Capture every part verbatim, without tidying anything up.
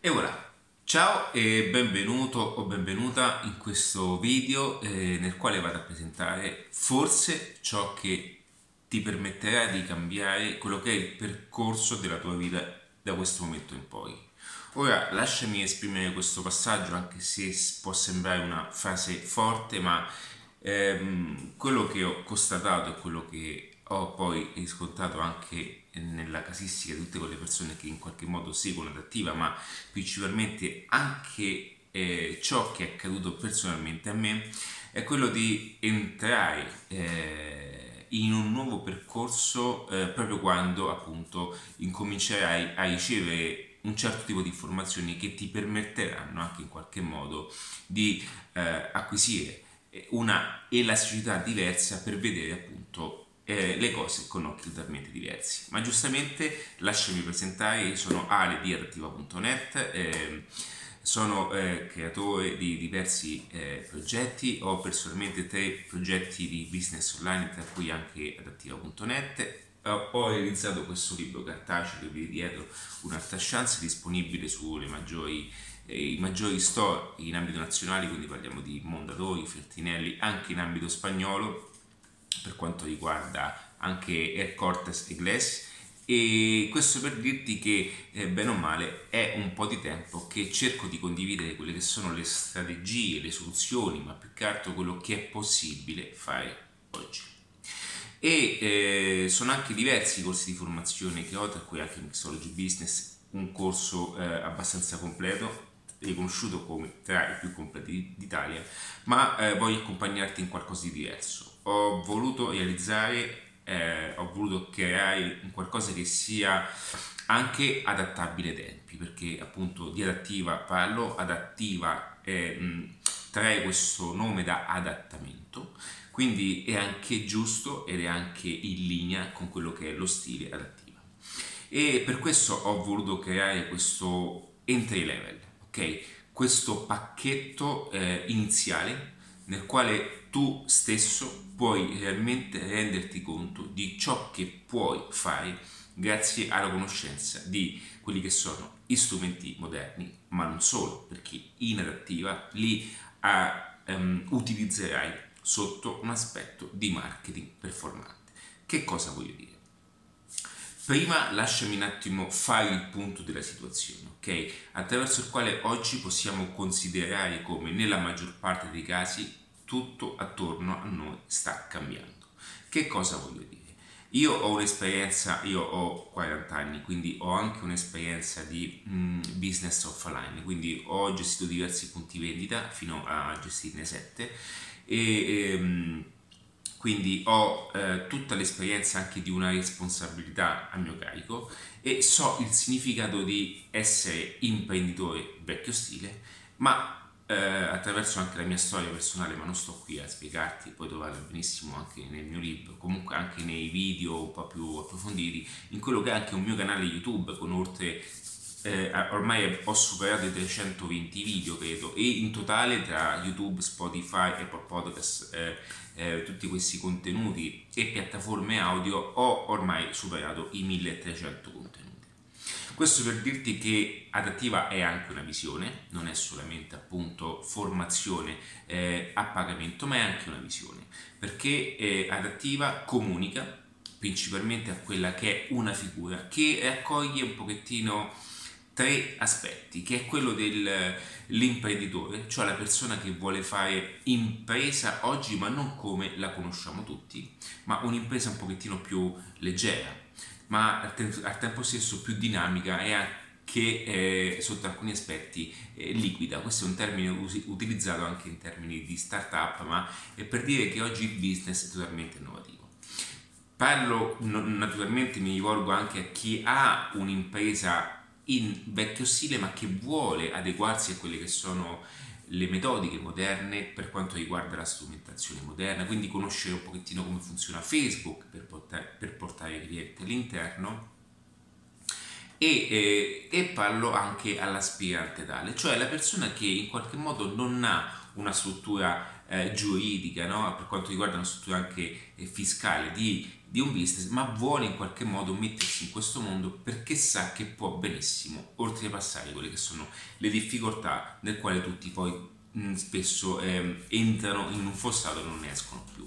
E voilà, ciao e benvenuto o benvenuta in questo video eh, nel quale vado a presentare forse ciò che ti permetterà di cambiare quello che è il percorso della tua vita da questo momento in poi. Ora lasciami esprimere questo passaggio, anche se può sembrare una frase forte, ma ehm, quello che ho constatato e quello che ho poi riscontrato anche nella casistica di tutte quelle persone che in qualche modo seguono Adattiva, ma principalmente anche eh, ciò che è accaduto personalmente a me, è quello di entrare eh, in un nuovo percorso eh, proprio quando appunto incomincerai a ricevere un certo tipo di informazioni che ti permetteranno anche in qualche modo di eh, acquisire una elasticità diversa per vedere appunto eh, le cose con occhi totalmente diversi. Ma giustamente lasciami presentare, io sono Ale di adattiva punto net, eh, sono eh, creatore di diversi eh, progetti, ho personalmente tre progetti di business online, tra cui anche adattiva punto net. Ho realizzato questo libro cartaceo che vi dietro, Un'altra chance, disponibile sulle maggiori eh, i maggiori store in ambito nazionale, quindi parliamo di Mondadori, Feltrinelli, anche in ambito spagnolo per quanto riguarda anche Air Cortes e Glass. E questo per dirti che eh, bene o male è un po' di tempo che cerco di condividere quelle che sono le strategie, le soluzioni, ma più che altro quello che è possibile fare oggi. E eh, sono anche diversi i corsi di formazione che ho, tra cui anche Mixology Business, un corso eh, abbastanza completo, riconosciuto come tra i più completi d'Italia, ma eh, voglio accompagnarti in qualcosa di diverso. Ho voluto realizzare, eh, ho voluto creare un qualcosa che sia anche adattabile ai tempi, perché appunto di adattiva parlo, adattiva eh, mh, trae questo nome da adattamento, quindi è anche giusto ed è anche in linea con quello che è lo stile adattiva. E per questo ho voluto creare questo entry level, ok? Questo pacchetto eh, iniziale nel quale tu stesso puoi realmente renderti conto di ciò che puoi fare grazie alla conoscenza di quelli che sono gli strumenti moderni, ma non solo, perché in adattiva li a, um, utilizzerai sotto un aspetto di marketing performante. Che cosa voglio dire? Prima lasciami un attimo fare il punto della situazione, ok? Attraverso il quale oggi possiamo considerare come nella maggior parte dei casi tutto attorno a noi sta cambiando. Che cosa voglio dire? Io ho un'esperienza, io ho quaranta anni, quindi ho anche un'esperienza di mm, business offline, quindi ho gestito diversi punti vendita fino a gestirne sette e ehm, quindi ho eh, tutta l'esperienza anche di una responsabilità a mio carico e so il significato di essere imprenditore vecchio stile, ma eh, attraverso anche la mia storia personale, ma non sto qui a spiegarti, puoi trovarla benissimo anche nel mio libro, comunque anche nei video un po' più approfonditi, in quello che è anche un mio canale YouTube con oltre eh, ormai ho superato i trecentoventi video credo, e in totale tra YouTube, Spotify, Apple Podcast, eh, eh, tutti questi contenuti e piattaforme audio ho ormai superato i milletrecento contenuti. Questo per dirti che adattiva è anche una visione, non è solamente appunto formazione eh, a pagamento, ma è anche una visione, perché eh, adattiva comunica principalmente a quella che è una figura che raccoglie un pochettino tre aspetti, che è quello dell'imprenditore, cioè la persona che vuole fare impresa oggi, ma non come la conosciamo tutti, ma un'impresa un pochettino più leggera, ma al, te- al tempo stesso più dinamica e anche eh, sotto alcuni aspetti eh, liquida. Questo è un termine us- utilizzato anche in termini di startup, ma è per dire che oggi il business è totalmente innovativo. Parlo no- naturalmente, mi rivolgo anche a chi ha un'impresa in vecchio stile ma che vuole adeguarsi a quelle che sono le metodiche moderne per quanto riguarda la strumentazione moderna, quindi conoscere un pochettino come funziona Facebook per portare, per portare i clienti all'interno. E, eh, e parlo anche all'aspirante tale, cioè la persona che in qualche modo non ha una struttura eh, giuridica, no? Per quanto riguarda una struttura anche eh, fiscale, di di un business, ma vuole in qualche modo mettersi in questo mondo perché sa che può benissimo oltrepassare quelle che sono le difficoltà nel quale tutti poi mh, spesso eh, entrano in un fossato e non ne escono più.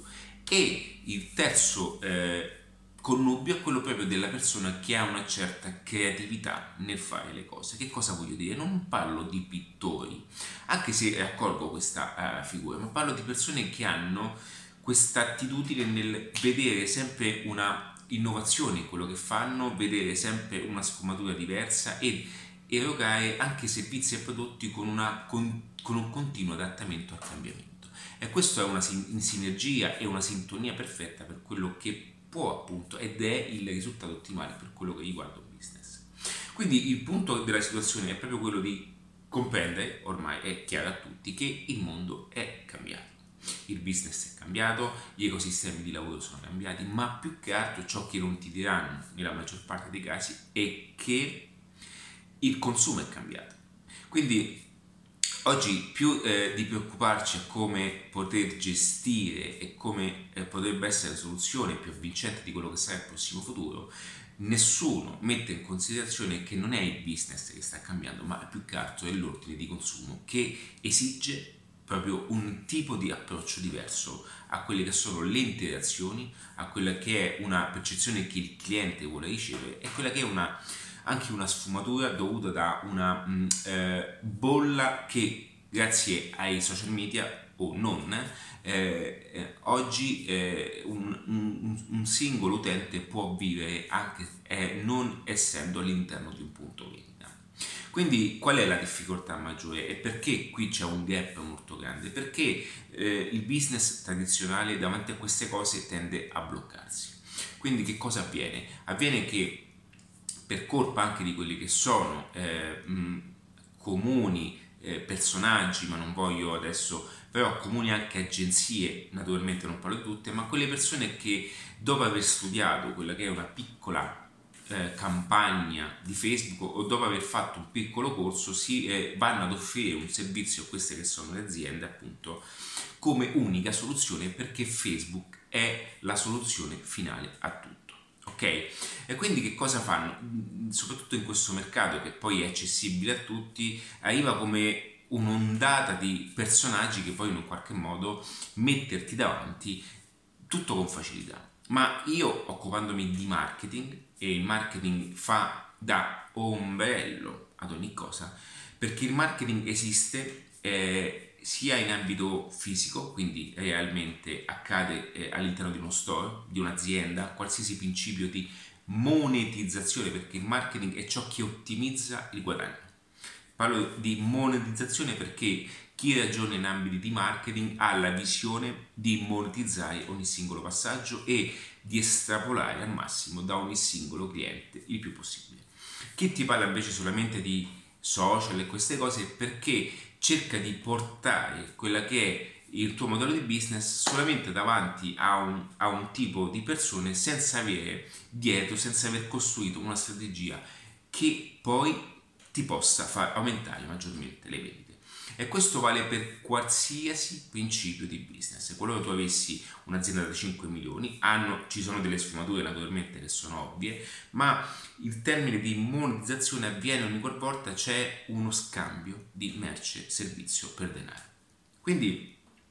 E il terzo eh, connubio è quello proprio della persona che ha una certa creatività nel fare le cose. Che cosa voglio dire? Non parlo di pittori, anche se accolgo questa uh, figura, ma parlo di persone che hanno questa attitudine nel vedere sempre una innovazione in quello che fanno, vedere sempre una sfumatura diversa e erogare anche servizi e prodotti con, una, con, con un continuo adattamento al cambiamento. E questo è una in sinergia e una sintonia perfetta per quello che può appunto ed è il risultato ottimale per quello che riguarda un business. Quindi il punto della situazione è proprio quello di comprendere, ormai è chiaro a tutti, che il mondo è cambiato. Il business è cambiato, gli ecosistemi di lavoro sono cambiati, ma più che altro ciò che non ti diranno nella maggior parte dei casi è che il consumo è cambiato. Quindi oggi più eh, di preoccuparci a come poter gestire e come eh, potrebbe essere la soluzione più avvincente di quello che sarà il prossimo futuro, nessuno mette in considerazione che non è il business che sta cambiando, ma più che altro è l'ordine di consumo che esige proprio un tipo di approccio diverso a quelle che sono le interazioni, a quella che è una percezione che il cliente vuole ricevere e quella che è una, anche una sfumatura dovuta da una mh, eh, bolla che grazie ai social media o non eh, eh, oggi eh, un, un, un singolo utente può vivere anche eh, non essendo all'interno di un punto vendita. Quindi qual è la difficoltà maggiore e perché qui c'è un gap molto grande? Perché eh, il business tradizionale davanti a queste cose tende a bloccarsi. Quindi che cosa avviene? Avviene che per colpa anche di quelli che sono eh, mh, comuni eh, personaggi, ma non voglio adesso, però comuni anche agenzie, naturalmente non parlo di tutte, ma quelle persone che dopo aver studiato quella che è una piccola Eh, campagna di Facebook o dopo aver fatto un piccolo corso si eh, vanno ad offrire un servizio a queste che sono le aziende appunto come unica soluzione perché Facebook è la soluzione finale a tutto, ok? E quindi che cosa fanno? Soprattutto in questo mercato che poi è accessibile a tutti, arriva come un'ondata di personaggi che vogliono in qualche modo metterti davanti tutto con facilità. Ma io occupandomi di marketing, e il marketing fa da ombrello ad ogni cosa, perché il marketing esiste eh, sia in ambito fisico, quindi realmente accade eh, all'interno di uno store, di un'azienda, qualsiasi principio di monetizzazione, perché il marketing è ciò che ottimizza il guadagno. Parlo di monetizzazione perché chi ragiona in ambiti di marketing ha la visione di monetizzare ogni singolo passaggio e di estrapolare al massimo da ogni singolo cliente il più possibile. Chi ti parla invece solamente di social e queste cose perché cerca di portare quella che è il tuo modello di business solamente davanti a un, a un tipo di persone senza avere dietro, senza aver costruito una strategia che poi ti possa far aumentare maggiormente le vendite. E questo vale per qualsiasi principio di business. Qualora tu avessi un'azienda da cinque milioni, hanno, ci sono delle sfumature naturalmente che sono ovvie, ma il termine di monetizzazione avviene ogni qualvolta c'è uno scambio di merce, servizio per denaro. Quindi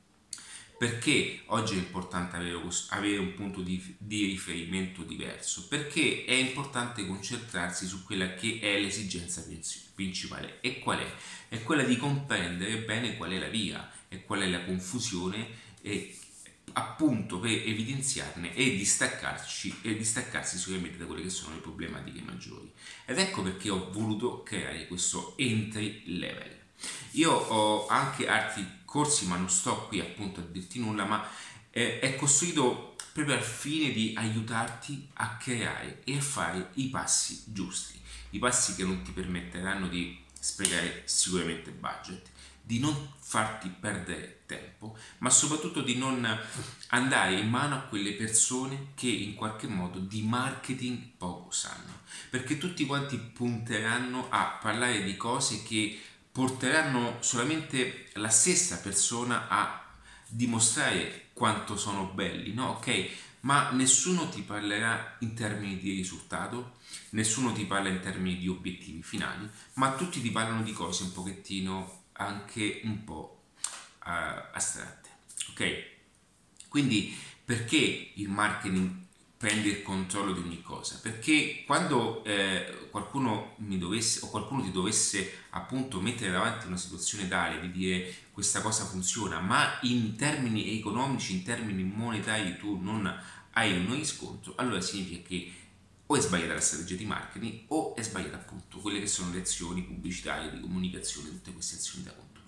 perché oggi è importante avere, avere un punto di, di riferimento diverso? Perché è importante concentrarsi su quella che è l'esigenza principale. E qual è? È quella di comprendere bene qual è la via e qual è la confusione e appunto per evidenziarne e distaccarci e distaccarsi sicuramente da quelle che sono le problematiche maggiori. Ed ecco perché ho voluto creare questo entry level. Io ho anche altri corsi, ma non sto qui appunto a dirti nulla, ma eh, è costruito proprio al fine di aiutarti a creare e a fare i passi giusti, i passi che non ti permetteranno di sprecare sicuramente budget, di non farti perdere tempo, ma soprattutto di non andare in mano a quelle persone che in qualche modo di marketing poco sanno, perché tutti quanti punteranno a parlare di cose che porteranno solamente la stessa persona a dimostrare quanto sono belli, no? Ok? ma nessuno ti parlerà in termini di risultato, nessuno ti parla in termini di obiettivi finali, ma tutti ti parlano di cose un pochettino anche un po' uh, astratte, ok? Quindi perché il marketing prende il controllo di ogni cosa? Perché quando eh, qualcuno mi dovesse o qualcuno ti dovesse appunto mettere davanti una situazione tale di dire questa cosa funziona, ma in termini economici, in termini monetari tu non hai un riscontro, allora significa che o è sbagliata la strategia di marketing o è sbagliata appunto quelle che sono le azioni pubblicitarie, di comunicazione, tutte queste azioni da contorno.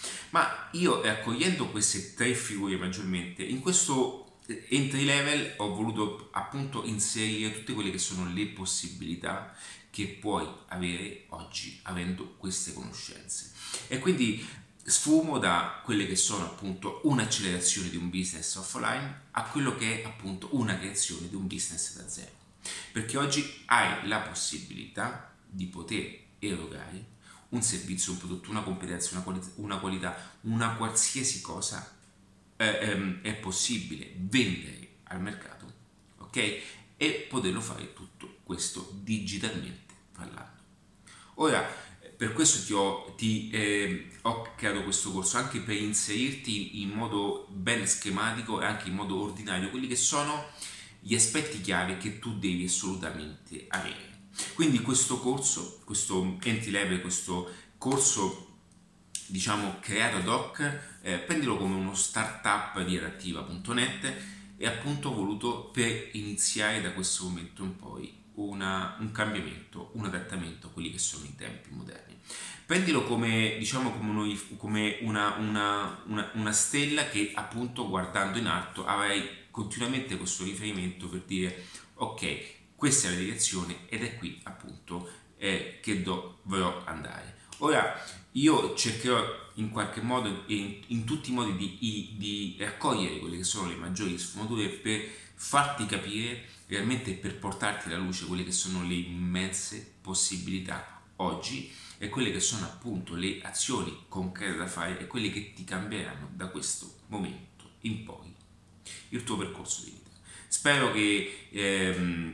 Ma io, accogliendo queste tre figure maggiormente, in questo entry level ho voluto appunto inserire tutte quelle che sono le possibilità che puoi avere oggi avendo queste conoscenze, e quindi sfumo da quelle che sono appunto un'accelerazione di un business offline a quello che è appunto una creazione di un business da zero, perché oggi hai la possibilità di poter erogare un servizio, un prodotto, una competenza, una qualità, una, qualità, una qualsiasi cosa eh, ehm, è possibile vendere al mercato, ok? E poterlo fare tutto questo digitalmente parlando. Ora, per questo ti ho, ti, eh, ho creato questo corso anche per inserirti in modo ben schematico e anche in modo ordinario quelli che sono gli aspetti chiave che tu devi assolutamente avere. Quindi questo corso, questo entry level, questo corso diciamo creato ad hoc, eh, prendilo come uno startup di adattiva punto net, e appunto ho voluto per iniziare da questo momento in poi una, un cambiamento, un adattamento a quelli che sono i tempi moderni. Prendilo come, diciamo, come, uno, come una, una, una, una stella che appunto guardando in alto avrai continuamente questo riferimento per dire ok, questa è la direzione ed è qui appunto eh, che dovrò andare. Ora io cercherò in qualche modo e in, in tutti i modi di, di raccogliere quelle che sono le maggiori sfumature per farti capire realmente, per portarti alla luce quelle che sono le immense possibilità oggi e quelle che sono appunto le azioni concrete da fare e quelle che ti cambieranno da questo momento in poi il tuo percorso di vita. Spero che ehm,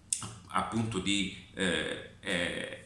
appunto di, eh, eh,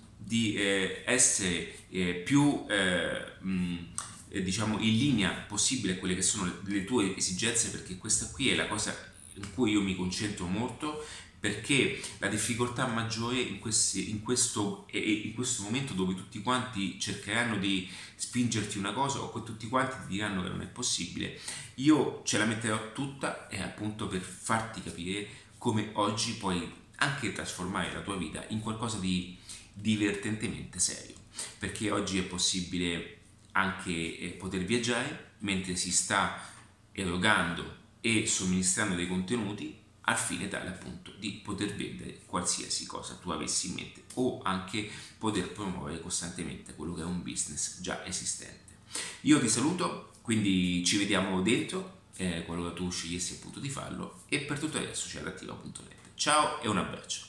di eh, essere eh, più eh, mh, eh, diciamo in linea possibile a quelle che sono le, le tue esigenze, perché questa qui è la cosa in cui io mi concentro molto, perché la difficoltà maggiore in, questi, in, questo, in questo momento dove tutti quanti cercheranno di spingerti una cosa o tutti quanti ti diranno che non è possibile, io ce la metterò tutta e appunto per farti capire come oggi puoi anche trasformare la tua vita in qualcosa di divertentemente serio, perché oggi è possibile anche poter viaggiare mentre si sta erogando e somministrando dei contenuti al fine tale appunto di poter vendere qualsiasi cosa tu avessi in mente o anche poter promuovere costantemente quello che è un business già esistente. Io ti saluto, quindi ci vediamo dentro eh, qualora tu scegliessi appunto di farlo, e per tutto il resto c'è adattiva punto net. Ciao e un abbraccio.